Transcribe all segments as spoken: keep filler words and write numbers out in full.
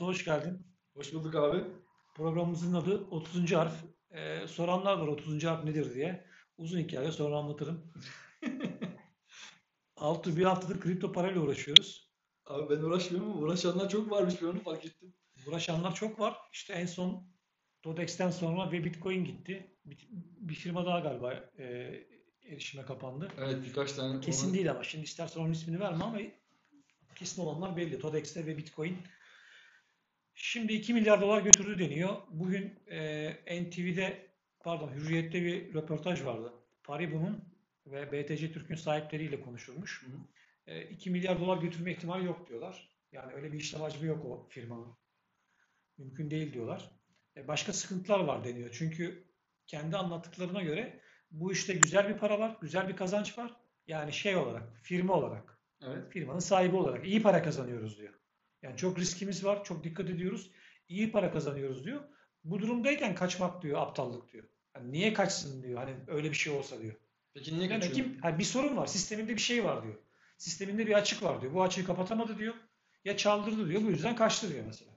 Batu hoş geldin. Hoş bulduk abi. Programımızın adı otuzuncu harf. Ee, soranlar var otuzuncu harf nedir diye. Uzun hikaye sonra anlatırım. Altı bir haftadır kripto parayla uğraşıyoruz. Abi ben uğraşmıyorum ama uğraşanlar çok varmış, ben onu fark ettim. Uğraşanlar çok var. İşte en son Dodex'ten sonra ve Bitcoin gitti. Bir, bir firma daha galiba e, erişime kapandı. Evet, birkaç tane Kesin onu değil ama şimdi istersen onun ismini verme ama kesin olanlar belli. Dodex'te ve Bitcoin. Şimdi iki milyar dolar götürdü deniyor. Bugün e, N T V'de pardon Hürriyet'te bir röportaj vardı. Paribu'nun ve B T C Türk'ün sahipleriyle konuşulmuş. Hı hı. E, iki milyar dolar götürme ihtimali yok diyorlar. Yani öyle bir işlem hacmi yok o firmanın. Mümkün değil diyorlar. E, başka sıkıntılar var deniyor. Çünkü kendi anlattıklarına göre bu işte güzel bir para var, güzel bir kazanç var. Yani şey olarak, firma olarak, Evet. firmanın sahibi olarak iyi para kazanıyoruz diyor. Yani çok riskimiz var, çok dikkat ediyoruz. İyi para kazanıyoruz diyor. Bu durumdayken kaçmak diyor, aptallık diyor. Yani niye kaçsın diyor. Hani öyle bir şey olsa diyor. Peki niye Demek kaçıyor? ki hani bir sorun var. Sisteminde bir şey var diyor. Sisteminde bir açık var diyor. Bu açığı kapatamadı diyor. Ya çaldırdı diyor. Bu yüzden kaçtı diyor mesela.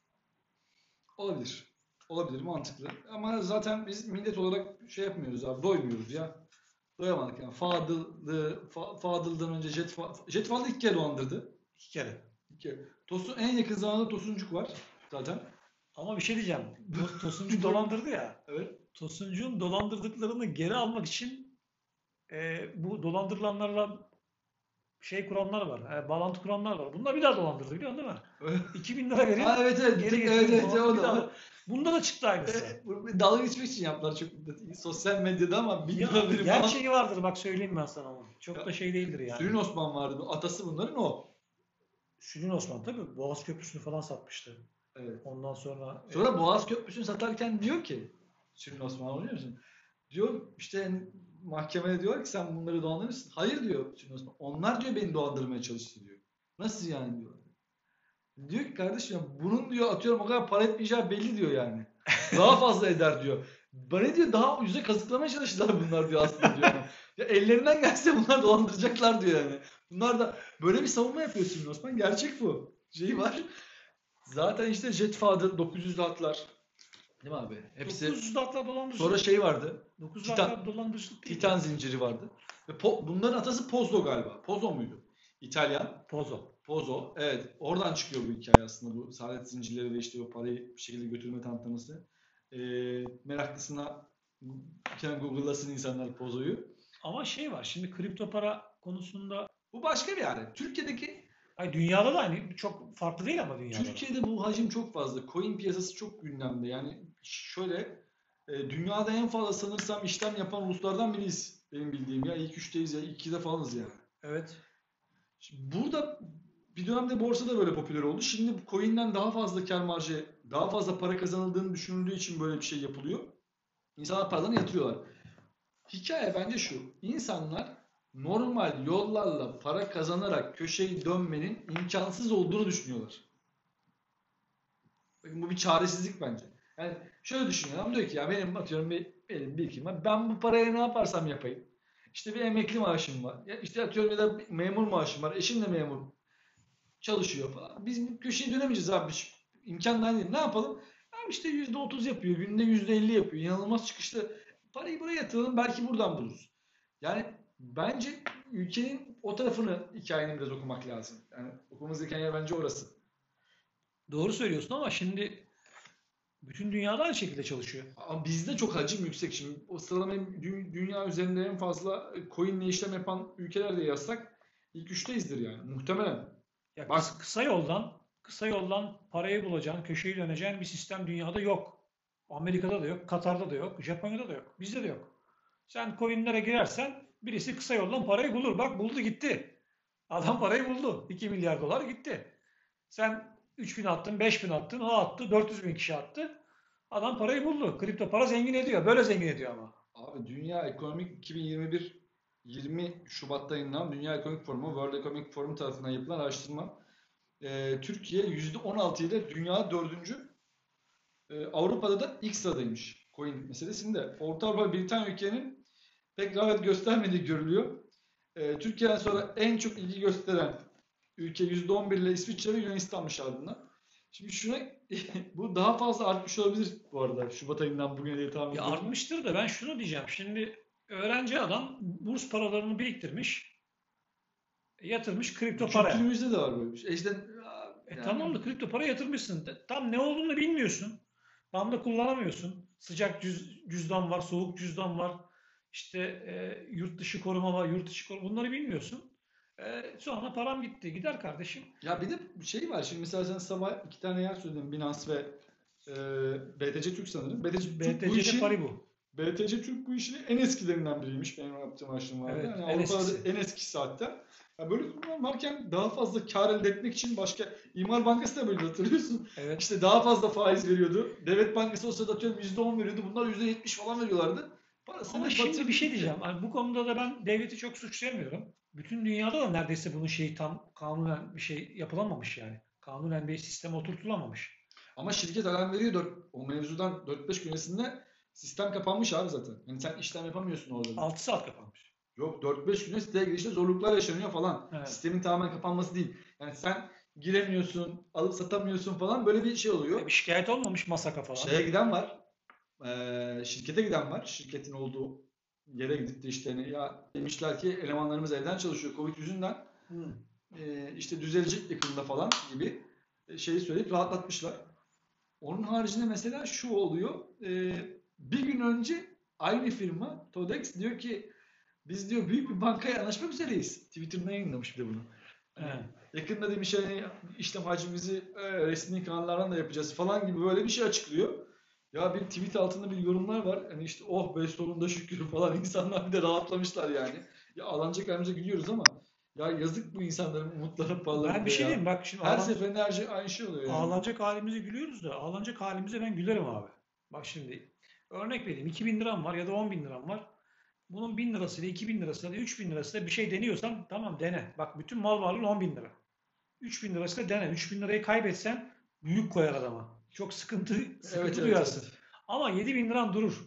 Olabilir. Olabilir, mantıklı. Ama zaten biz millet olarak şey yapmıyoruz abi, doymuyoruz ya. Doyamadık yani. Fadıl'dı, Fa- Fadıl'dan önce Jet, Fa- Jet Fadıl ilk kere dolandırdı. İki kere. İlk kere. Tosun, en yakın zamanda Tosuncuk var zaten. Ama bir şey diyeceğim. To- Tosuncu dolandırdı ya. Evet. Tosuncuğun dolandırdıklarını geri almak için e, bu dolandırılanlarla şey kuranlar var. E, bağlantı kuranlar var. Bunlar bir daha dolandırdı biliyorsun değil mi? iki bin lira Ha, verin evet evet, bir geri tık, evet getirin evet, falan. o Bir da var. daha. Bunda da çıktı aynısı. E, bu dalga geçmek için yaptılar çok sosyal medyada, ama bin Ya lira verin falan. gerçeği vardır bak söyleyeyim ben sana onu. Çok da Ya, şey değildir yani. Sülün Osman vardı. Atası bunların o. Sülün Osman tabii Boğaz Köprüsü'nü falan satmıştı. Evet. Ondan sonra e, Sonra Boğaz Köprüsü'nü satarken diyor ki, Sülün Osman, anlıyor musun? Diyor işte, hani mahkemede diyor ki sen bunları dolandırırsın. Hayır diyor Sülün Osman. Onlar diyor beni dolandırmaya çalıştı diyor. Nasıl yani diyor. Diyor ki kardeşim ya, bunun diyor atıyorum o kadar para etmeyeceği belli diyor yani. Daha fazla eder diyor. Bana diyor daha ucuza kazıklamaya çalıştılar bunlar diyor aslında diyor. Yani. Ya ellerinden gelse bunlar dolandıracaklar diyor yani. Bunlar da böyle bir savunma yapıyor Sülün Osman. Gerçek bu. Şeyi var. Zaten işte Jetfather dokuz yüzlü atlar. Değil mi abi? Hepsi. dokuz yüzlü atlar Sonra dolandırıcılık. şey vardı. dokuz yüzlü atlar Titan. dolandırıcılık değil Titan ya. zinciri vardı. Ve Po- bunların atası Pozzo galiba. Pozzo muydu? İtalyan. Pozo. Pozzo. Evet. Oradan çıkıyor bu hikaye aslında. Bu saadet zincirleri ve işte o parayı bir şekilde götürme tantanası. Ee, meraklısına bir kere Google'lasın insanlar Pozzo'yu. Ama şey var şimdi kripto para konusunda Bu başka bir yani. Türkiye'deki ay dünyada da aynı çok farklı değil ama dünyada da. Türkiye'de bu hacim çok fazla. Coin piyasası çok gündemde. Yani şöyle, e, dünyada en fazla sanırsam işlem yapan uluslardan biriyiz. Benim bildiğim ya. İlk üçteyiz ya. ikide falanız yani. Evet. Şimdi burada bir dönemde borsa da böyle popüler oldu. Şimdi bu coin'den daha fazla kar marjı, daha fazla para kazanıldığını düşünüldüğü için böyle bir şey yapılıyor. İnsanlar paralarını yatırıyorlar. Hikaye bence şu. İnsanlar normal yollarla para kazanarak köşeyi dönmenin imkansız olduğunu düşünüyorlar. Bakın bu bir çaresizlik bence. Yani şöyle düşünüyor. Adam diyor ki ya benim atıyorum bir, benim birikim var. Ben bu parayı ne yaparsam yapayım. İşte bir emekli maaşım var. Ya işte atıyorum ya da bir memur maaşım var. Eşim de memur çalışıyor falan. Biz bu köşeyi dönemeyeceğiz abi. İmkanlar değil. Ne yapalım? Abi işte yüzde otuz yapıyor. Günde yüzde elli yapıyor. İnanılmaz çıkışlı. Parayı buraya yatıralım. Belki buradan buluruz. Yani bence ülkenin o tarafını, hikayenin biraz okumak lazım. Yani okumamız gereken yer bence orası. Doğru söylüyorsun ama şimdi bütün dünyada aynı şekilde çalışıyor. Ama bizde çok hacim yüksek şimdi. O sıralama dü- dünya üzerinde en fazla coin'le işlem yapan ülkelerde yazsak ilk üçteyizdir yani. Muhtemelen. Ya Bak, kısa, kısa yoldan kısa yoldan parayı bulacağın, köşeyi döneceğin bir sistem dünyada yok. Amerika'da da yok, Katar'da da yok, Japonya'da da yok, bizde de yok. Sen coinlere girersen birisi kısa yoldan parayı bulur. Bak buldu gitti. Adam parayı buldu. iki milyar dolar gitti. Sen üç bin attın, beş bin attın, o attı, dört yüz bin kişi attı. Adam parayı buldu. Kripto para zengin ediyor. Böyle zengin ediyor ama. abi Dünya Ekonomik iki bin yirmi bir yirmi Şubat'ta yayınlanan Dünya Ekonomik Forumu, World Economic Forum tarafından yapılan araştırma, e, Türkiye yüzde on altı ile dünya dördüncü, e, Avrupa'da da ilk sıradaymış coin meselesinde. Orta Avrupa Britanya ülkenin pek rağbet göstermediği görülüyor. E, Türkiye'den sonra en çok ilgi gösteren ülke yüzde on bir ile İsviçre ve Yunanistan'mış ardından. Şimdi şuna bu daha fazla artmış olabilir bu arada. Şubat ayından bugüne diye tahmin Ya ediyorum. artmıştır da ben şunu diyeceğim. Şimdi öğrenci adam burs paralarını biriktirmiş, yatırmış kripto Bu paraya. kültürümüzde de var böyle bir şey. E İşte E tamam yani da kripto para yatırmışsın. De- Tam ne olduğunu bilmiyorsun. Tam da kullanamıyorsun. Sıcak cüz- cüzdan var, soğuk cüzdan var. İşte e, yurt dışı koruma var, yurt dışı koruma. Bunları bilmiyorsun. E, sonra param gitti. Gider kardeşim. ya bir de bir şey var. Şimdi mesela sen sabah iki tane yer söyledin. Binance ve e, B T C Türk sanırım. B T C Türk bu B T C'de pari işin bu. B T C Türk bu işin en eskilerinden biriymiş benim yaptığım araştırmalarda. Evet, Yani en Avrupa'da eskisi. en eskisi hatta. Ya böyle durumlar varken daha fazla kar elde etmek için başka İmar Bankası da böyle hatırlıyorsun. Evet. İşte daha fazla faiz veriyordu. Devlet Bankası o sırada atıyorum yüzde on veriyordu. Bunlar yüzde yetmiş falan veriyorlardı. Parasını Ama şimdi bir şey batırdı diyeceğim. gitti. Hani bu konuda da ben devleti çok suçlayamıyorum. Bütün dünyada da neredeyse bunun şeyi tam kanunen bir şey yapılamamış yani. Kanunen bir sistem oturtulamamış. Ama şirket alarm veriyor. dört o mevzudan dört beş gün öncesinde sistem kapanmış abi zaten. Yani sen işlem yapamıyorsun orada. altı saat kapanmış. Yok dört beş güne siteye girişte zorluklar yaşanıyor falan. Evet. Sistemin tamamen kapanması değil. Yani sen giremiyorsun, alıp satamıyorsun falan böyle bir şey oluyor. E, bir şikayet olmamış Masaka falan. Şeye giden var. eee, şirkete giden var. Şirketin olduğu yere gidip de işte hani ya demişler ki elemanlarımız evden çalışıyor Covid yüzünden. Hı. Eee, işte düzelecek yakında falan gibi şeyi söyleyip rahatlatmışlar. Onun haricinde mesela şu oluyor. eee, bir gün önce aynı firma Todex diyor ki biz diyor büyük bir bankaya anlaşmak üzereyiz. Twitter'dan yayınlamış bir de bunu. Hani Evet. yakında demiş hani işlem hacmimizi e, resmi kanallardan da yapacağız falan gibi böyle bir şey açıklıyor. Ya bir tweet altında bir yorumlar var. Hani işte oh be sonunda şükür falan insanlar bir de rahatlamışlar yani. Ya alanacak halimize gülüyoruz ama ya yazık bu insanların umutları paraları Ben bir bir de şey ya. diyeyim bak şimdi Her ağlan, seferinde her şey aynı şey oluyor yani. ağlanacak halimize gülüyoruz da ağlanacak halimize ben gülerim abi. Bak şimdi örnek vereyim iki bin liram var ya da on bin liram var. Bunun bin lirasıyla iki bin lirasıyla üç bin lirasıyla bir şey deniyorsan tamam dene. Bak bütün mal varlığın on bin lira. üç bin lirasıyla dene. üç bin lirayı kaybetsen büyük koyar adama. Çok sıkıntı Evet sıkıntı evet duyarsın. evet. Ama yedi bin liran durur.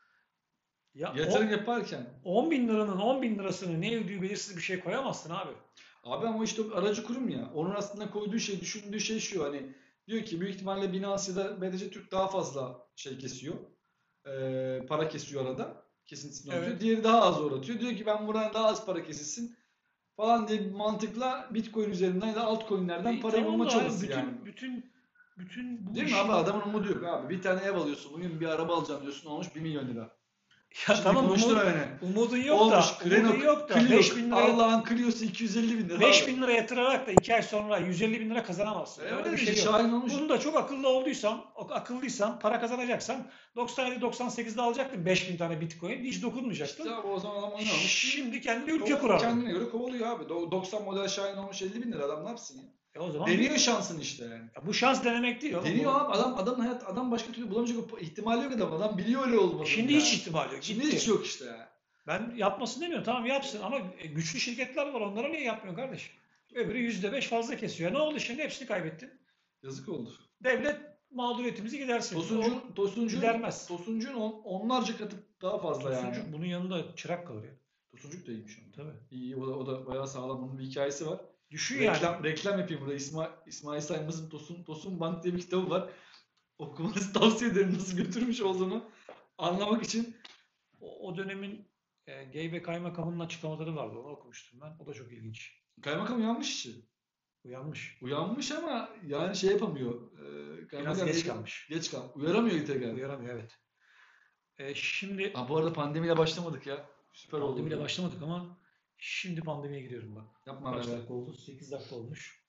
Ya Yatırım o yaparken on bin liranın on bin lirasını ne ödüğü belirsiz bir şey koyamazsın abi. abi ama işte o aracı kurum ya. Onun aslında koyduğu şey, düşündüğü şey şu hani diyor ki büyük ihtimalle Binance ya da B T C Türk daha fazla şey kesiyor. Eee, para kesiyor arada. Kesintisini unutuyor. Evet. Diğeri daha az uğratıyor. Diyor ki ben buradan daha az para kesilsin falan diye bir mantıkla Bitcoin üzerinden ya da altcoin'lerden E, parayı tamam bulma da hani çabası yani. bütün bütün bütün bu Değil mi abi? işin Adamın umudu yok abi. Bir tane ev alıyorsun. Bugün bir araba alacağım diyorsun. Olmuş bir milyon lira. ya Şimdi tamam konuşturma umut, beni. umudun yok Olmuş da umudun Renault yok da Clio. beş bin liraya Allah'ın Clio'su iki yüz elli bin lira beş abi. bin lira yatırarak da iki ay sonra yüz elli bin lira kazanamazsın. E Öyle öyle bir işte şey yok. şahin olmuş. Bunu da çok akıllı olduysan, akıllıysan, para kazanacaksan doksan yedi doksan sekizde alacaktın beş bin tane Bitcoin. Hiç dokunmayacaktın. İşte abi o zaman adam oyun almış. Şimdi kendine ülke Koval- kurardın. kendine göre kovalıyor abi. Do- doksan model Şahin olmuş elli bin lira adam ne yapsın ya? E o zaman Deniyor bir, şansın işte yani. ya bu şans denemek değil oğlum Deniyor bu. abi adam adam hayat adam başka türlü bulamayacak o ihtimali yok adam. Adam biliyor öyle olmadığını Şimdi yani. hiç ihtimal yok. Şimdi Gitti. hiç yok işte yani. Ben yapmasın demiyorum. Tamam yapsın ama e, güçlü şirketler var. Onlara niye yapmıyorsun kardeşim? Öbürü yüzde beş fazla kesiyor. Ne oldu şimdi? Hepsini kaybettin. Yazık oldu. Devlet mağduriyetimizi gidersin. O Tosuncun Tosuncun gidermez. Tosuncun on, onlarca katı daha fazla yani. Tosuncuk bunun yanında çırak kalır ya. Tosuncuk da iyiymiş ama. Tabii. İyi o da, o da bayağı sağlam. Onun bir hikayesi var. Düşün Reklam yani. reklam yapayım burada. İsmail, İsmail Saymaz'ın Tosun Tosun Bank diye bir kitabı var. Okumanızı tavsiye ederim nasıl götürmüş olduğunu anlamak için. O, o dönemin e, Geybe Kaymakamı'nın açıklamaları vardı. Onu okumuştum ben. O da çok ilginç. Kaymakam uyanmış işte. Uyanmış. Uyanmış ama yani şey yapamıyor. Ee, Biraz kaymakam geç değil- kalmış. Geç kal. Uyaramıyor tekrar. Uyaramıyor evet. E, şimdi Ha, bu arada pandemiyle başlamadık ya. Süper oldu. pandemiyle bu. başlamadık ama şimdi pandemiye giriyorum bak. Yapma Kaç be. dakika oldu? sekiz dakika olmuş.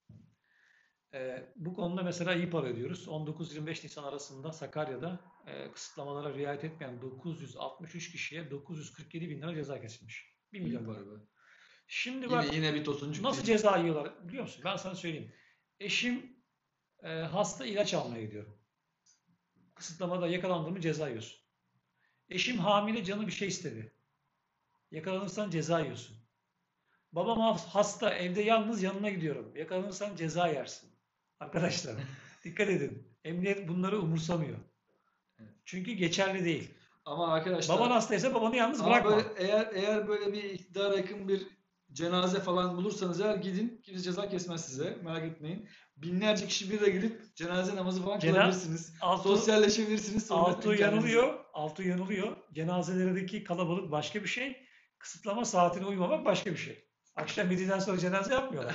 E, bu konuda mesela iyi para ödüyoruz. on dokuz yirmi beş Nisan arasında Sakarya'da e, kısıtlamalara riayet etmeyen dokuz yüz altmış üç kişiye dokuz yüz kırk yedi bin lira ceza kesilmiş. bir İyi milyon para lira. be. Şimdi Yine, bak yine bir tosuncuk nasıl değil. ceza yiyorlar biliyor musun? Ben sana söyleyeyim. Eşim e, hasta ilaç almaya gidiyor. Kısıtlamada yakalandın mı ceza yiyorsun. Eşim hamile canı bir şey istedi. Yakalanırsan ceza yiyorsun. Babam hasta evde yalnız yanına gidiyorum. Yakalanırsan ceza yersin. Arkadaşlar dikkat edin. Emniyet bunları umursamıyor. Çünkü geçerli değil. Ama arkadaşlar Baban hastaysa babanı yalnız ama bırakma. böyle eğer eğer böyle bir iktidara yakın bir cenaze falan bulursanız eğer gidin. Kimse ceza kesmez size. Merak etmeyin. Binlerce kişi bir de gidip cenaze namazı falan Cena- kılabilirsiniz. Altuğ, Sosyalleşebilirsiniz. Sorun Altuğ etmeyin kendinize. yanılıyor. Altuğ yanılıyor. Cenazelerdeki kalabalık başka bir şey. Kısıtlama saatine uymamak başka bir şey. Akşam yediden sonra cenaze yapmıyorlar.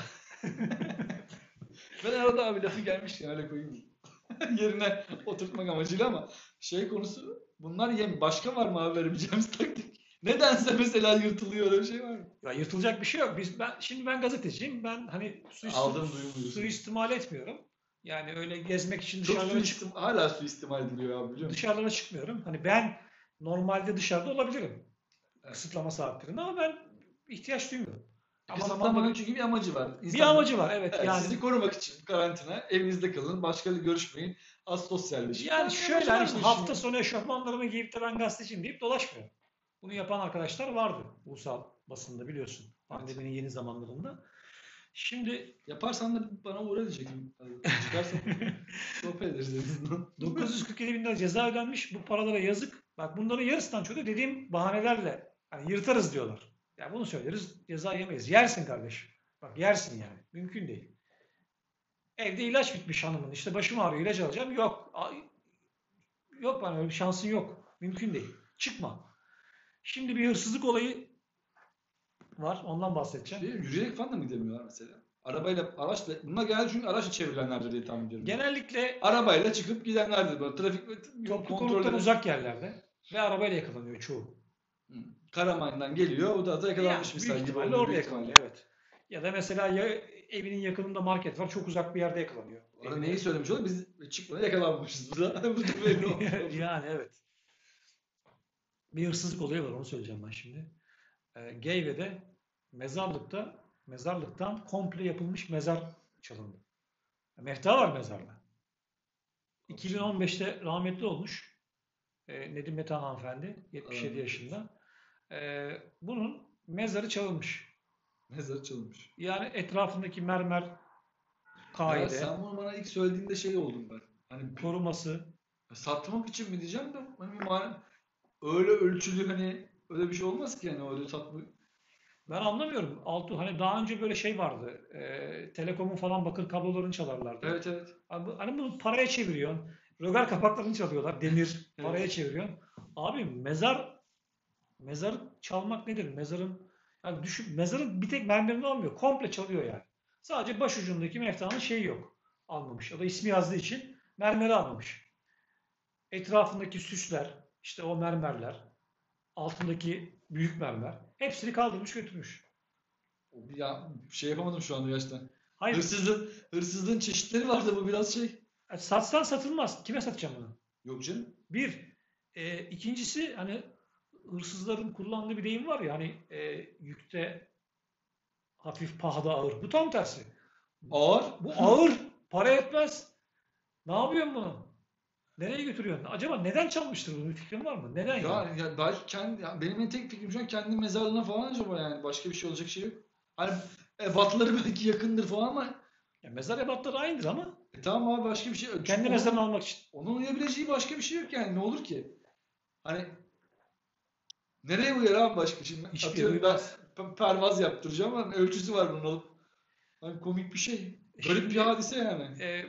Ben arada abi lafı gelmiş ya öyle koyayım. Yerine oturtmak amacıyla ama şey konusu bunlar yem. Başka var mı abi verebileceğimiz taktik? Nedense mesela yırtılıyor öyle bir şey var mı? Ya yırtılacak bir şey yok. Biz ben şimdi ben gazeteciyim. Ben hani suist, Aldığım duyum diyorsun. suistimal etmiyorum. Yani öyle gezmek için Çok dışarılara çık suistim, hala suistimal ediliyor abi biliyor musun? dışarılara çıkmıyorum. Hani ben normalde dışarıda olabilirim. Evet. Kısıtlama saatlerinde ama ben ihtiyaç duymuyorum. Ama Kısıtlamanın zamanda çünkü bir amacı var. bir İnsanlar- amacı var evet, Evet, yani. sizi korumak için karantina, evinizde kalın, başkalarıyla görüşmeyin, az sosyalleşin. Yani Falan şöyle amacı hani var işte bu işin hafta ya. sonu eşofmanlarımı giyip de ben gazeteciyim deyip dolaşmıyor. Bunu yapan arkadaşlar vardı ulusal basında biliyorsun. Pandeminin yeni zamanlarında. Şimdi Yaparsan da bana uğra diyecektim. Çıkarsan sohbet ederiz en azından. dokuz yüz kırk yedi bin lira ceza ödenmiş. Bu paralara yazık. Bak bunların yarısından çoğu da dediğim bahanelerle hani yırtarız diyorlar. Ya bunu söyleriz, ceza yemeyiz. Yersin kardeşim. Bak yersin yani. Mümkün değil. Evde ilaç bitmiş hanımın. İşte başım ağrıyor, ilaç alacağım. Yok. Ay, yok bana öyle bir şansın yok. Mümkün değil. Çıkma. Şimdi bir hırsızlık olayı var. Ondan bahsedeceğim. Şey, yürüyerek falan da mı gidemiyorlar mesela? Arabayla, araçla, bunlar genelde çünkü araçla çevrilenlerdir diye tahmin ediyorum. Genellikle Arabayla çıkıp gidenlerdir böyle trafik toplu kontrolleri. konuttan uzak yerlerde ve arabayla yakalanıyor çoğu. Hı. Karaman'dan geliyor, o da da yakalanmış Yani misal büyük gibi ihtimalle oluyor orada büyük yakalanıyor. ihtimalle. Evet. Ya da mesela ya evinin yakınında market var. Çok uzak bir yerde yakalanıyor. Orada Evine- neyi söylemiş olur? Biz çıkmadan yakalanmışız burada. burada belli olmuş oldu. yani evet. Bir hırsızlık olayı var, onu söyleyeceğim ben şimdi. Ee, Geyve'de mezarlıkta mezarlıktan komple yapılmış mezar çalındı. Mefta var mezarda. iki bin on beşte rahmetli olmuş. Ee, Nedim Metehan hanımefendi. yetmiş yedi Aa. yaşında. Ee, bunun mezarı çalınmış. Mezarı çalınmış. Yani etrafındaki mermer Ya kaide, sen bunu bana ilk söylediğinde şey oldum ben. Hani koruması. satmak için mi diyeceğim de hani bir mani- öyle ölçülü hani öyle bir şey olmaz ki yani öyle satmak. Ben anlamıyorum. Altu hani daha önce böyle şey vardı. E, Telekom'un falan bakır kablolarını çalarlardı. Evet evet. Hani, bu- hani bunu paraya çeviriyorsun. Rögar kapaklarını çalıyorlar. Demir Evet. paraya çeviriyorsun. Abi mezar mezar çalmak nedir? Mezarın yani düşün, mezarın bir tek mermerini almıyor. Komple çalıyor yani. Sadece başucundaki meftanın şeyi yok. Almamış. O da ismi yazdığı için mermeri almamış. Etrafındaki süsler, işte o mermerler, altındaki büyük mermer hepsini kaldırmış götürmüş. Ya şey yapamadım şu anda gerçekten. Hayır, Hırsızlığın, hırsızlığın çeşitleri vardı bu biraz şey. yani satsan satılmaz. Kime satacağım bunu? Yok canım. Bir. E, ikincisi hani hırsızların kullandığı bir deyim var ya hani e, yükte hafif pahada ağır. Bu tam tersi. Ağır. Bu ağır. Para etmez. Ne yapıyorsun bunu? Nereye götürüyorsun? Acaba neden çalmıştır bunu? Bir fikrin var mı? Neden Ya, yani? ya belki kendi, ya benim en tek fikrim şu an kendi mezarlığına falan acaba yani başka bir şey olacak şey yok. Hani ebatları belki yakındır falan ama Ya mezar ebatları aynıdır ama e tamam abi başka bir şey yok. kendi Çünkü mezarını onun, almak için. onun uyabileceği başka bir şey yok yani ne olur ki? Hani nereye uyar abi başka şimdi? Hiçbir Atıyorum yere ben uymaz. pe- pervaz yaptıracağım ama ölçüsü var bunun alıp. Hani komik bir şey. Garip bir Şimdi hadise yani. e,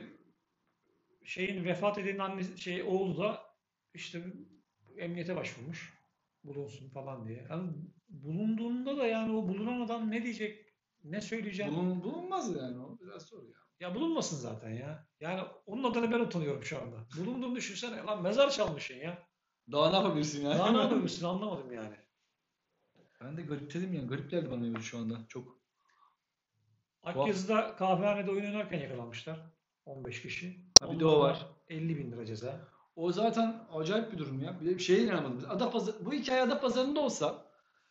şeyin vefat edenin annesi şey oğlu da işte emniyete başvurmuş. Bulunsun falan diye. Yani bulunduğunda da yani o bulunan adam ne diyecek? Ne söyleyeceğim? Bulun, bulunmaz yani o biraz zor ya. Ya bulunmasın zaten ya. Yani onun adına ben utanıyorum şu anda. Bulunduğunu düşünsene. Lan mezar çalmışsın ya. Daha ne yapabilirsin yani? Daha ne yapabilirsin anlamadım yani. Ben de garipledim yani. Garip geldi bana öyle şu anda. Çok. Akyazı'da kahvehanede oyun oynarken yakalanmışlar. on beş kişi. Ha, bir de Onlara o da var. elli bin lira ceza. O zaten acayip bir durum ya. Bir de bir şeye inanamadım. Adapazarı, bu hikaye Adapazarı'nda olsa,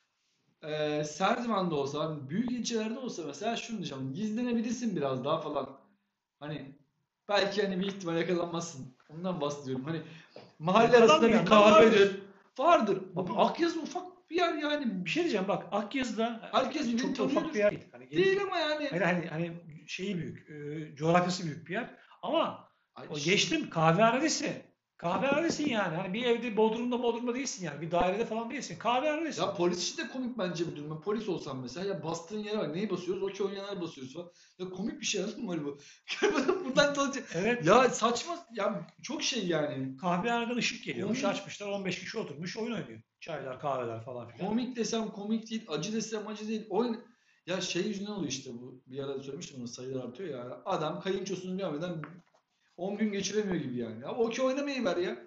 e, Serdivan'da olsa, hani büyük ilçelerde olsa mesela şunu diyeceğim. Gizlenebilirsin biraz daha falan. Hani belki hani bir ihtimal yakalanmazsın. Ondan bahsediyorum. Hani mahalle arasında bir Yakalanmayanlar kahvedir. Vardır. Bu- Abi Akyazı ufak bir yer yani. Bir şey diyeceğim bak Akyazı'da Herkes birbirini çok da ufak tanıyordur. bir yer değil. Hani Değil ama yani. Hani, hani, hani şeyi büyük, e, coğrafyası büyük bir yer. Ama Ay, o şimdi- geçtim kahvehanedesi. Kahvehanedesin yani. Hani bir evde Bodrum'da Bodrum'da değilsin yani. Bir dairede falan değilsin. Kahvehanedesin. Ya polis işi de komik bence bir durum. Ben polis olsam mesela ya bastığın yere bak. Neyi basıyoruz? Okey oynayanlar basıyoruz falan. Ya komik bir şey anladın mı bu? Buradan dolayı. Evet. Ya saçma. Ya çok şey yani. Kahvehaneden ışık geliyormuş. Komik. Açmışlar. on beş kişi oturmuş. Oyun oynuyor. Çaylar, kahveler falan filan. Komik desem komik değil. Acı desem acı değil. Oyun. Ya şey yüzünden oluyor işte bu. Bir ara söylemiştim bunu, sayılar artıyor ya. Adam kayınçosunu görmeden on gün geçiremiyor gibi yani. Ya okey oynamayı ver ya.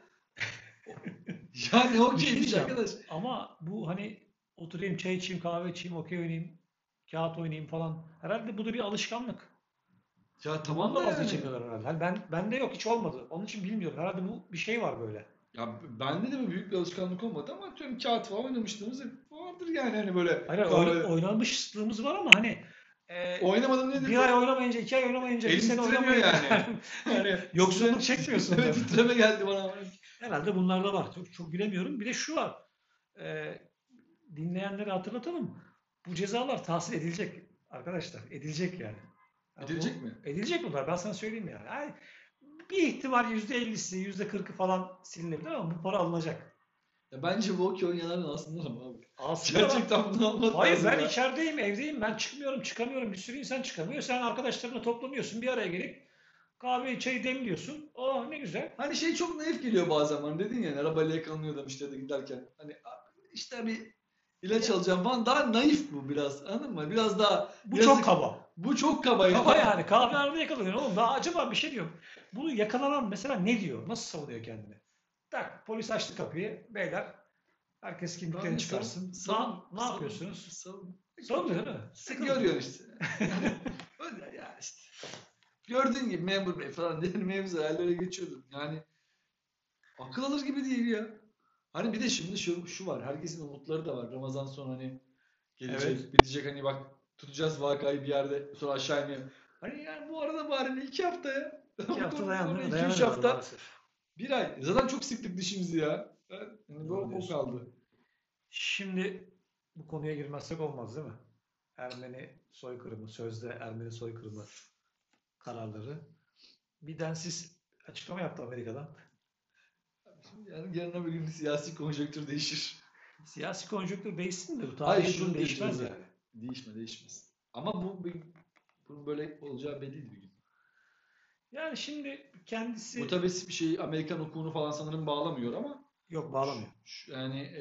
Yani Bir şey okeymiş diyeceğim. arkadaş. Ama bu hani oturayım çay içeyim, kahve içeyim, okey oynayayım, kağıt oynayayım falan. Herhalde bu da bir alışkanlık. Ya tamam Bundan da da yani. vazgeçemiyorlar herhalde. Hani ben bende yok, hiç olmadı. Onun için bilmiyorum. Herhalde bu bir şey var böyle. Ya bende de bir büyük bir alışkanlık olmadı ama atıyorum kağıt falan oynamışlığımız vardır yani hani böyle Hayır, oyna- kahve. oynamışlığımız var ama hani e, Oynamadım nedir? bir ay oynamayınca, iki ay oynamayınca, bir Elim sene titremiyor oynamayınca yani. Yani yoksunluk titre- çekmiyorsun Evet, da. titreme geldi bana. Herhalde bunlarda var. Çok, çok bilemiyorum. Bir de şu var. E, dinleyenlere hatırlatalım. Bu cezalar tahsil edilecek arkadaşlar. Edilecek yani. Yani Edilecek bu, mi? edilecek bunlar. Ben sana söyleyeyim yani. Yani bir ihtimal yüzde ellisi, yüzde kırkı falan silinebilir ama bu para alınacak. Ya bence bu okey oynayanların aslında ama abi. Aslında bak, Gerçekten bunu almak hayır lazım ben ya. içerideyim, evdeyim. Ben çıkmıyorum, çıkamıyorum. Bir sürü insan çıkamıyor. Sen arkadaşlarınla toplanıyorsun. Bir araya gelip kahve, çayı demliyorsun. Oh ne güzel. Hani şey çok naif geliyor bazen bana, dedin ya hani arabayla yakalanıyor demişler de giderken. Hani işte bir ilaç alacağım falan, daha naif bu biraz, anladın mı? Biraz daha Bu yazık. çok kaba. Bu çok kaba ya. Kaba yani. Kahvehanede yakalanıyor oğlum. Daha acaba bir şey diyorum. Bunu yakalanan mesela ne diyor? Nasıl savunuyor kendini? Tak polis açtı kapıyı. Beyler herkes kimliklerini Abi, çıkarsın. savun, Ne, ne savun, yapıyorsunuz? savun. Savunmuyor değil mi? Sen Sıkıldı. görüyorsun işte. Yani, öyle ya işte. Gördüğün gibi memur bey falan diye mevzu yerlere geçiyordun. Yani akıl alır gibi değil ya. Hani bir de şimdi şu, şu var. Herkesin umutları da var. Ramazan sonu hani gelecek, Evet. bitecek, hani bak tutacağız vakayı bir yerde, sonra aşağı iniyor. Hani yani bu arada bari bir iki hafta ya. İki Bu hafta konu, dayandı sonra mı? iki üç Dayanamadı hafta, maalesef. bir ay. Zaten çok sıktık dişimizi ya. Yani Doğru bu o diyorsun. kaldı. Şimdi bu konuya girmezsek olmaz değil mi? Ermeni soykırımı, sözde Ermeni soykırımı kararları. Bir densiz açıklama yaptı Amerika'dan. Yani yarın öbür gün siyasi konjonktür değişir. Siyasi konjonktür değişsin de bu Hayır tarihi durum şunu değişmez diyeceğiz. yani. Değişme değişmez. Ama bu bir, bunun böyle olacağı belliydi bir gün. Yani şimdi Bu kendisi tabii bir şey Amerikan hukukunu falan sanırım bağlamıyor ama yok bağlamıyor. şu- yani e,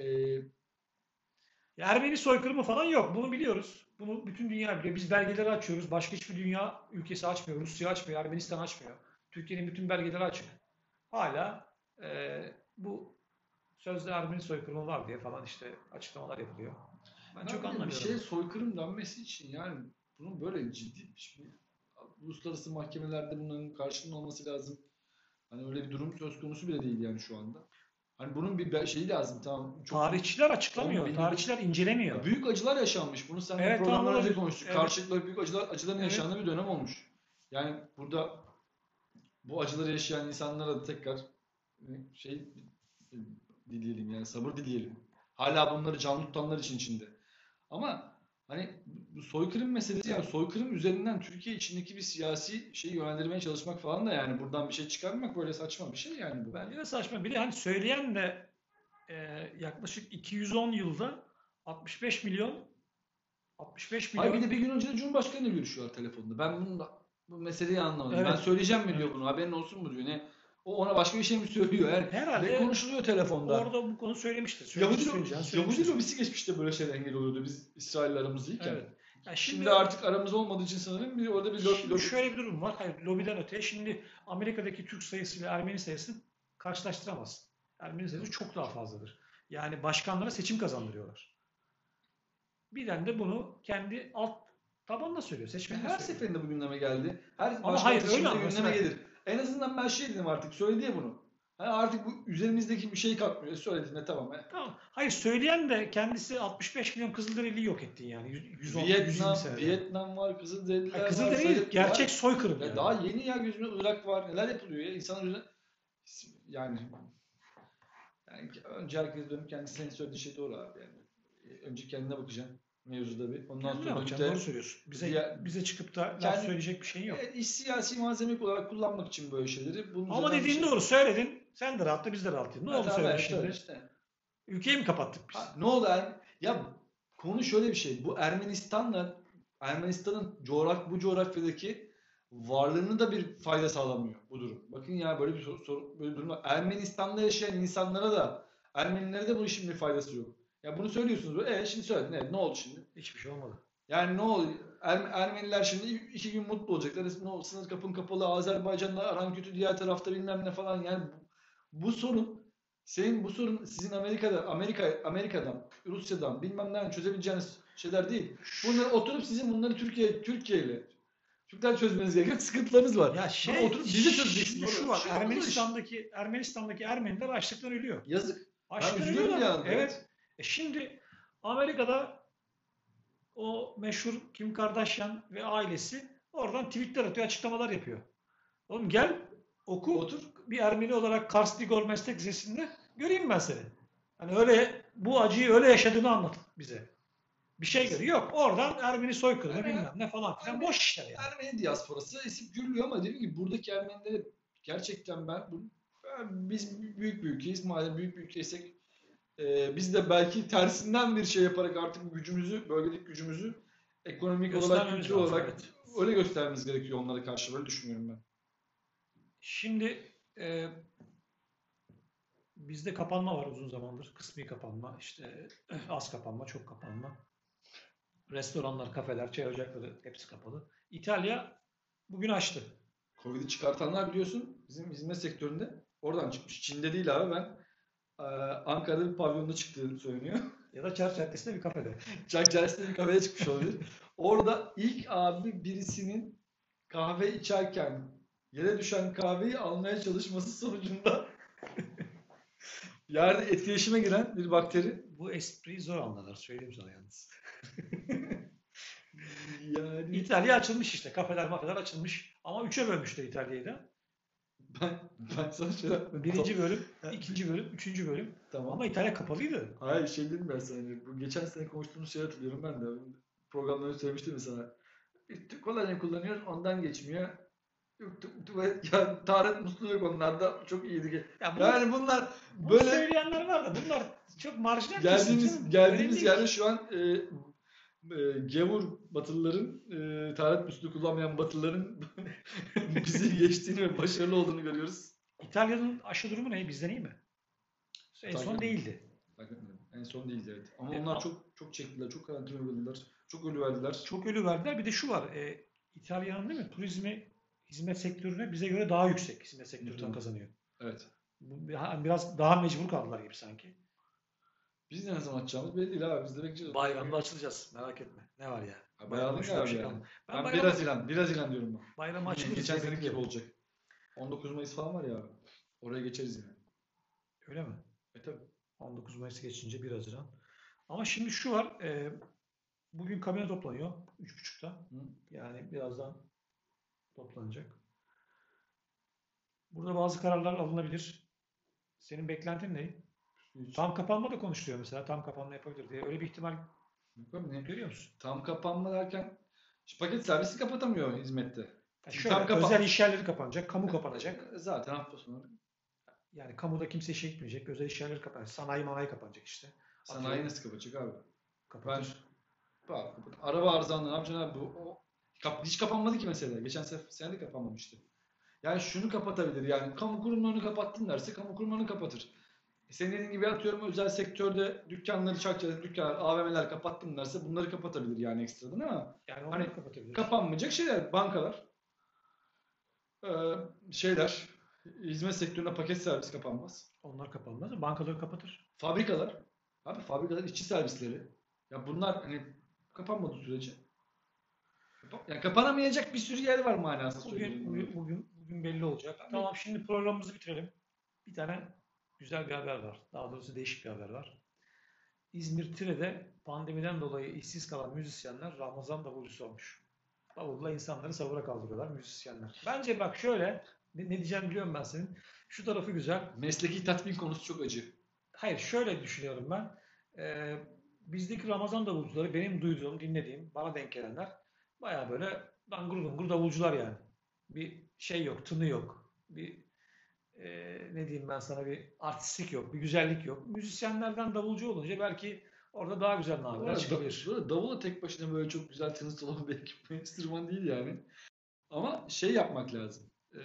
Ya Ermeni soykırımı falan yok. Bunu biliyoruz. Bunu bütün dünya biliyor. Biz belgeleri açıyoruz. Başka hiçbir dünya ülkesi açmıyor. Rusya açmıyor. Ermenistan açmıyor. Türkiye'nin bütün belgeleri açık. Hala e, bu sözde Ermeni soykırımı var diye falan işte açıklamalar yapılıyor. Ben ben çok bir de bir anlamıyorum. şeye soykırım denmesi için yani bunun böyle ciddi şimdi uluslararası mahkemelerde bunların karşılığının olması lazım. Hani öyle bir durum söz konusu bile değil yani şu anda. Hani bunun bir be- şeyi lazım, tamam. Çok Tarihçiler on açıklamıyor. bin Tarihçiler incelemiyor. büyük acılar yaşanmış. Bunu seninle Evet tamam programdan önce olabilir. konuştuk. Evet. Karşılıklı büyük acılar, acıların Evet. yaşandığı bir dönem olmuş. Yani burada bu acıları yaşayan insanlara da tekrar şey dileyelim, yani sabır dileyelim. Hala bunları canlı tutanlar için içinde. Ama hani bu soykırım meselesi, yani soykırım üzerinden Türkiye içindeki bir siyasi şeyi yönlendirmeye çalışmak falan da, yani buradan bir şey çıkarmak böyle saçma bir şey yani bu. Bence de saçma. Bir de hani söyleyen de e, yaklaşık iki yüz on yılda altmış beş milyon altmış beş Hayır bir milyon de bir gün önce de Cumhurbaşkanı'yla görüşüyorlar telefonda. Ben bunu da, bu meseleyi anlamadım. Ben evet. söyleyeceğim mi diyor Evet. bunu, haberin olsun mu diyor. Ne? O ona başka bir şey mi söylüyor? Yani ne Herhalde konuşuluyor telefonda? orada bu konu söylemiştir. Söylemiş, Yahudi, söyleyeceğini Yahudi söylemiştir. lobisi geçmişte böyle şeyler engel oluyordu biz İsrail'le aramızdayken. Evet. Ya Şimdi, şimdi artık aramız olmadığı için sanırım bir orada bir lobi, şimdi lobi. şöyle bir durum var. Hayır, lobiden öte. Şimdi Amerika'daki Türk sayısıyla Ermeni sayısını karşılaştıramazsın. Ermeni sayısı çok daha fazladır. Yani başkanlara seçim kazandırıyorlar. Birden de bunu kendi alt tabanına söylüyor. Seçmenine Her söylüyor. seferinde bu gündeme geldi. Her Ama başkan hayır öyle seçiminde ama gündeme mesela gelir. En azından ben şey dedim, artık söyledi ya bunu. Hani artık bu üzerimizdeki bir şey katmıyor. Söylediğinde tamam. He. tamam. Hayır söyleyen de kendisi altmış beş milyon Kızılderili'yi yok ettin yani. yüz on yüz yirmi Vietnam, senede. Vietnam var, Kızılderililer Hayır, var. Kızılderili Sayılıp gerçek var. soykırım Ya yani. daha yeni ya, gözümüzde Irak var. Neler yapılıyor ya? İnsanlar yüzüne... Yani, yani önce herkes dönüp kendisine söylediği şey doğru abi yani. Önce kendine bakacaksın mevzuda bir. Ondan Kendine sonra bakacaksın. dönüp Doğru de söylüyorsun. Bize diğer, bize çıkıp da laf kendi, söyleyecek bir şeyin yok. evet, iş siyasi malzeme olarak kullanmak için böyle şeyleri. Bunun Ama üzerinden bir dediğin şey. doğru söyledin. Sen de rahatla, biz de rahatlayalım. Ne Ha, oldu tamam, söyle evet, şimdi? öyle işte. Ülkeyi mi kapattık biz? Ha, ne oldu? Er- Ya konu şöyle bir şey. Bu Ermenistan'la Ermenistan'ın coğraf bu coğrafyadaki varlığını da bir fayda sağlamıyor bu durum. Bakın ya böyle bir soru, soru- böyle bir durum var. Ermenistan'da yaşayan insanlara da Ermenilere de bu işin bir faydası yok. Ya bunu söylüyorsunuz. Böyle. E şimdi söyledin. Evet, ne oldu şimdi? Hiçbir şey olmadı. Yani ne oldu? Er- Ermeniler şimdi iki gün mutlu olacaklar. Ne oldu? Sınır kapın kapalı. Azerbaycan'la aran kötü, diğer tarafta bilmem ne falan. Yani bu, bu sorun senin bu sorun sizin Amerika'da Amerika Amerika'dan, Rusya'dan bilmem nereden çözebileceğiniz şeyler değil. Bunları oturup sizin bunları Türkiye Türkiye ile Türkler çözmeniz gereken sıkıntılarınız var. Ya Bunu şey, oturup bize çözeceksiniz. şimdi şu var. Şey olur iş. Ermenistan'daki Ermenistan'daki Ermeniler açlıktan ölüyor. Yazık. Ben Açlıktan üzülüyorum ölüyorlar. yani. Evet. E şimdi Amerika'da o meşhur Kim Kardashian ve ailesi oradan tweetler atıyor, açıklamalar yapıyor. Oğlum gel oku. Otur. Bir Ermeni olarak Kars Digor Meslek Lisesi'nde göreyim ben seni. Hani öyle bu acıyı öyle yaşadığını anlat bize. Bir şey görüyor. Yok. Oradan Ermeni soykırımı Yani bilmem ne falan filan. Boş işler yani. Ermeni diasporası esip gürlüyor ama dediğim gibi buradaki Ermenileri gerçekten ben, bu- ben- biz büyük bir ülkeyiz. Madem büyük bir ülkeysek e, biz de belki tersinden bir şey yaparak artık bu gücümüzü, bölgedeki gücümüzü ekonomik olarak, Göstermemiz kültürel lazım, olarak evet. öyle göstermemiz gerekiyor onlara karşı. Böyle düşünüyorum ben. Şimdi e, bizde kapanma var uzun zamandır. Kısmi kapanma, işte az kapanma, çok kapanma. Restoranlar, kafeler, çay ocakları hepsi kapalı. İtalya bugün açtı. Covid'i çıkartanlar biliyorsun bizim hizmet sektöründe oradan çıkmış. Çin'de değil abi, ben e, Ankara'da bir pavyonda çıktığı söyleniyor. Ya da Çarşı Caddesi'nde bir kafede. Jack Johnson bir kafeye çıkmış olabilir. Orada ilk abi birisinin kahve içerken yere düşen kahveyi almaya çalışması sonucunda yerde etkileşime giren bir bakteri. Bu espriyi zor anlarlar. Söyleyeyim sana yalnız. Yani İtalya açılmış işte. Kafeler mafeler açılmış. Ama üçe bölmüşler İtalya'yı da. ben, ben sana şey yapmadım. Birinci bölüm, ikinci bölüm, üçüncü bölüm. Tamam. Ama İtalya kapalıydı. Hayır, şey dedim ben sana. Bu geçen sene konuştuğumuz şeyi hatırlıyorum ben de. Programları söylemiştim mi sana? Kolonya kullanıyoruz, ondan geçmiyor. Ya taharet musluğu yok onlarda, çok iyiydi. Ya bu, Yani bunlar bunu böyle söyleyenler var da bunlar çok marjinal kesim geldiğimiz canım. geldiğimiz Önemli değil yerde ki. şu an e, e, gavur Batılıların, e, taharet musluğu kullanmayan Batılıların bizi geçtiğini ve başarılı olduğunu görüyoruz. İtalya'nın aşı durumu ne? Bizden iyi mi? En Takip son etmedim. değildi. Takip etmedim. En son değildi, evet. Ama E, onlar a- çok çok çektiler, çok karantina uyguladılar, çok ölü verdiler. Çok ölü verdiler. Bir de şu var. E, İtalya'nın değil mi? Turizmi hizmet sektörüne bize göre daha yüksek hizmet sektöründen Hı. kazanıyor. Evet. Bu- Biraz daha mecbur kaldılar gibi sanki. Biz de ne zaman açacağımız belli değil abi. Biz de bekleyeceğiz. Bayramda açılacağız. Merak etme. Ne var yani? Ha, Bayramda bayağı şöyle bir abi şey yani. kalmadı. Ben, Ben bir bayram, Haziran, bir Haziran diyorum ben. bayramı açılırız. Geçen diye seneki gibi bekliyorum. olacak. on dokuz Mayıs falan var ya abi. Oraya geçeriz yani. Öyle mi? E tabi. on dokuz Mayıs geçince bir Haziran. Ama şimdi şu var. E, bugün kabine toplanıyor. üç buçukta. Hı. Yani birazdan toplanacak. Burada bazı kararlar alınabilir. Senin beklentin ne? Hiç. Tam kapanma da konuşuluyor mesela. Tam kapanma yapabilir diye. Öyle bir ihtimal Bakalım ne? görüyor musun? Tam kapanma derken şu paket servisi kapatamıyor hizmette. Yani Şimdi şöyle, tam kapan- özel iş yerleri kapanacak. Kamu kapanacak. E, Zaten hafta sonu Yani kamuda kimse işe gitmeyecek. Özel iş yerleri kapanacak. Sanayi manayi kapanacak işte. sanayi Atıyorum, nasıl kapatacak abi? kapatır. Bak, araba arızalı ne yapacaksın abi? Bu, o, kap, hiç kapanmadı ki mesela. Geçen sef- sene de kapanmamıştı. Yani şunu kapatabilir. Yani kamu kurumlarını kapattın derse kamu kurumlarını kapatır. E senin dediğin gibi atıyorum özel sektörde dükkanları, çarşıda dükkanlar, A V M'ler kapattın derse bunları kapatabilir yani ekstradan ama Yani hani onları kapatabilir. kapanmayacak şeyler, bankalar, eee, şeyler, hizmet sektörüne paket servis kapanmaz. Onlar kapanmaz. Bankaları kapatır. Fabrikalar, abi fabrikalar işçi servisleri. Ya bunlar hani kapanmadığı sürece kapa- yani kapanamayacak bir sürü yer var manası söylüyorum. Bugün, bugün, bugün, bugün belli olacak. Tabii. Tamam, şimdi programımızı bitirelim. Bir tane güzel bir haber var. Daha doğrusu değişik bir haber var. İzmir Tire'de pandemiden dolayı işsiz kalan müzisyenler Ramazan davulcusu olmuş. Davulla insanları savura kaldırıyorlar müzisyenler. Bence bak şöyle, ne, ne diyeceğimi biliyorum ben senin. Şu tarafı güzel. Mesleki tatmin konusu çok acı. Hayır, şöyle düşünüyorum ben. Ee, bizdeki Ramazan davulcuları benim duyduğum, dinlediğim, bana denk gelenler baya böyle dangur dungur davulcular yani. Bir şey yok, tını yok. Bir e, ne diyeyim ben sana, bir artistlik yok, bir güzellik yok. Müzisyenlerden davulcu olunca belki orada daha güzel Bu nameler arada, çıkabilir. bu arada davula tek başına böyle çok güzel tınısı olan bir ekip- bir enstrüman değil yani. Ama şey yapmak lazım. Ee,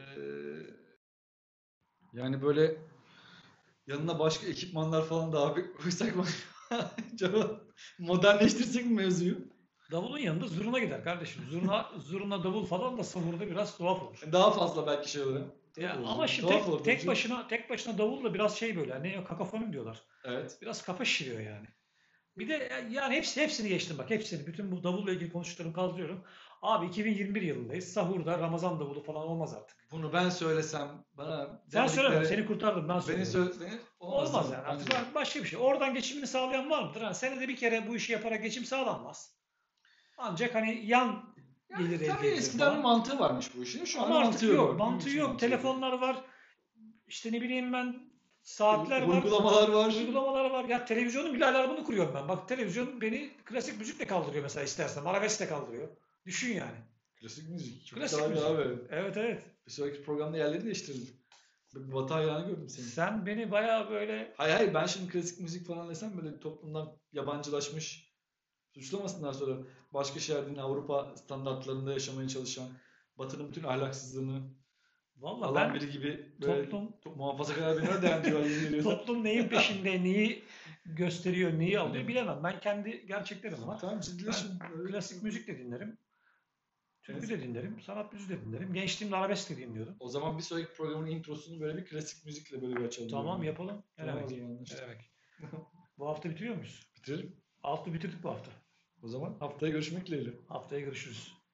yani böyle yanına başka ekipmanlar falan da abi koysak mı? Acaba modernleştirsek mi mevzuyu? Davulun yanında zurna gider kardeşim. Zurna, zurna davul falan da savurda biraz tuhaf olur. Daha fazla belki şey olur. Tuhaf Ya olur. ama şimdi Tuhaf olur tek tabii tek canım. başına tek başına davul da biraz şey böyle. Ne o, kakafoni diyorlar. Evet. Biraz kafa şişiriyor yani. Bir de yani hepsi hepsini geçtim bak, hepsini. Bütün bu davulla ilgili konuştuklarımı kaldırıyorum. Abi iki bin yirmi bir yılındayız. Sahurda Ramazan davulu falan olmaz artık. Bunu ben söylesem bana Sen söyleme, demedikleri seni kurtardım, ben beni söylüyorum. söyle beni olmaz değil Olmaz mi? yani Bence artık, de. ben- başka bir şey. Oradan geçimini sağlayan var mıdır? Ha, senede bir kere bu işi yaparak geçim sağlanmaz. Ancak hani yan Yani gelir tabii elde edilir eskiden bir falan. mantığı varmış bu işin. Şu an Ama mantığı artık yok. yok. Artık Mantığı mümkün yok. mantığı yok. Telefonlar var. İşte ne bileyim ben, U- saatler var. Uygulamalar var. Uygulamalar var. Ya televizyonun bile alarmını kuruyorum ben. Bak, televizyon beni klasik müzikle kaldırıyor mesela istersen. Arabeskle kaldırıyor. Düşün yani. Klasik müzik. Çok Klasik daha iyi müzik. abi. Evet, evet. Bir sonraki programda yerleri değiştirdim. Bir batı hayranı gördüm seni. Sen beni bayağı böyle... Hayır hayır ben şimdi klasik müzik falan desem böyle toplumdan yabancılaşmış, suçlamasınlar sonra, başka şehirlerin Avrupa standartlarında yaşamaya çalışan, Batı'nın bütün ahlaksızlığını Valla alan ben biri gibi böyle toplum çok muhafazakar birine değerlendiriyorlar yemin ediyorlar. toplum neyin peşinde, neyi gösteriyor, neyi alıyor bilemem. Ben kendi gerçeklerim var. Tamam Ben ciddileşin. Öyle- klasik müzik de dinlerim. Türkü Evet. de dinlerim. Sanat müziği de dinlerim. Gençliğimde arabesk de dinliyordum. O zaman bir sonraki programın introsunu böyle bir klasik müzikle böyle bir açalım diyorum Tamam, ben. yapalım. Ne Tamam o demek? zaman Ne anlaştık. demek? Bu hafta bitiriyor muyuz? Bitirelim. Altı bitirdik bu hafta. O zaman haftaya görüşmek dileğiyle. Haftaya görüşürüz.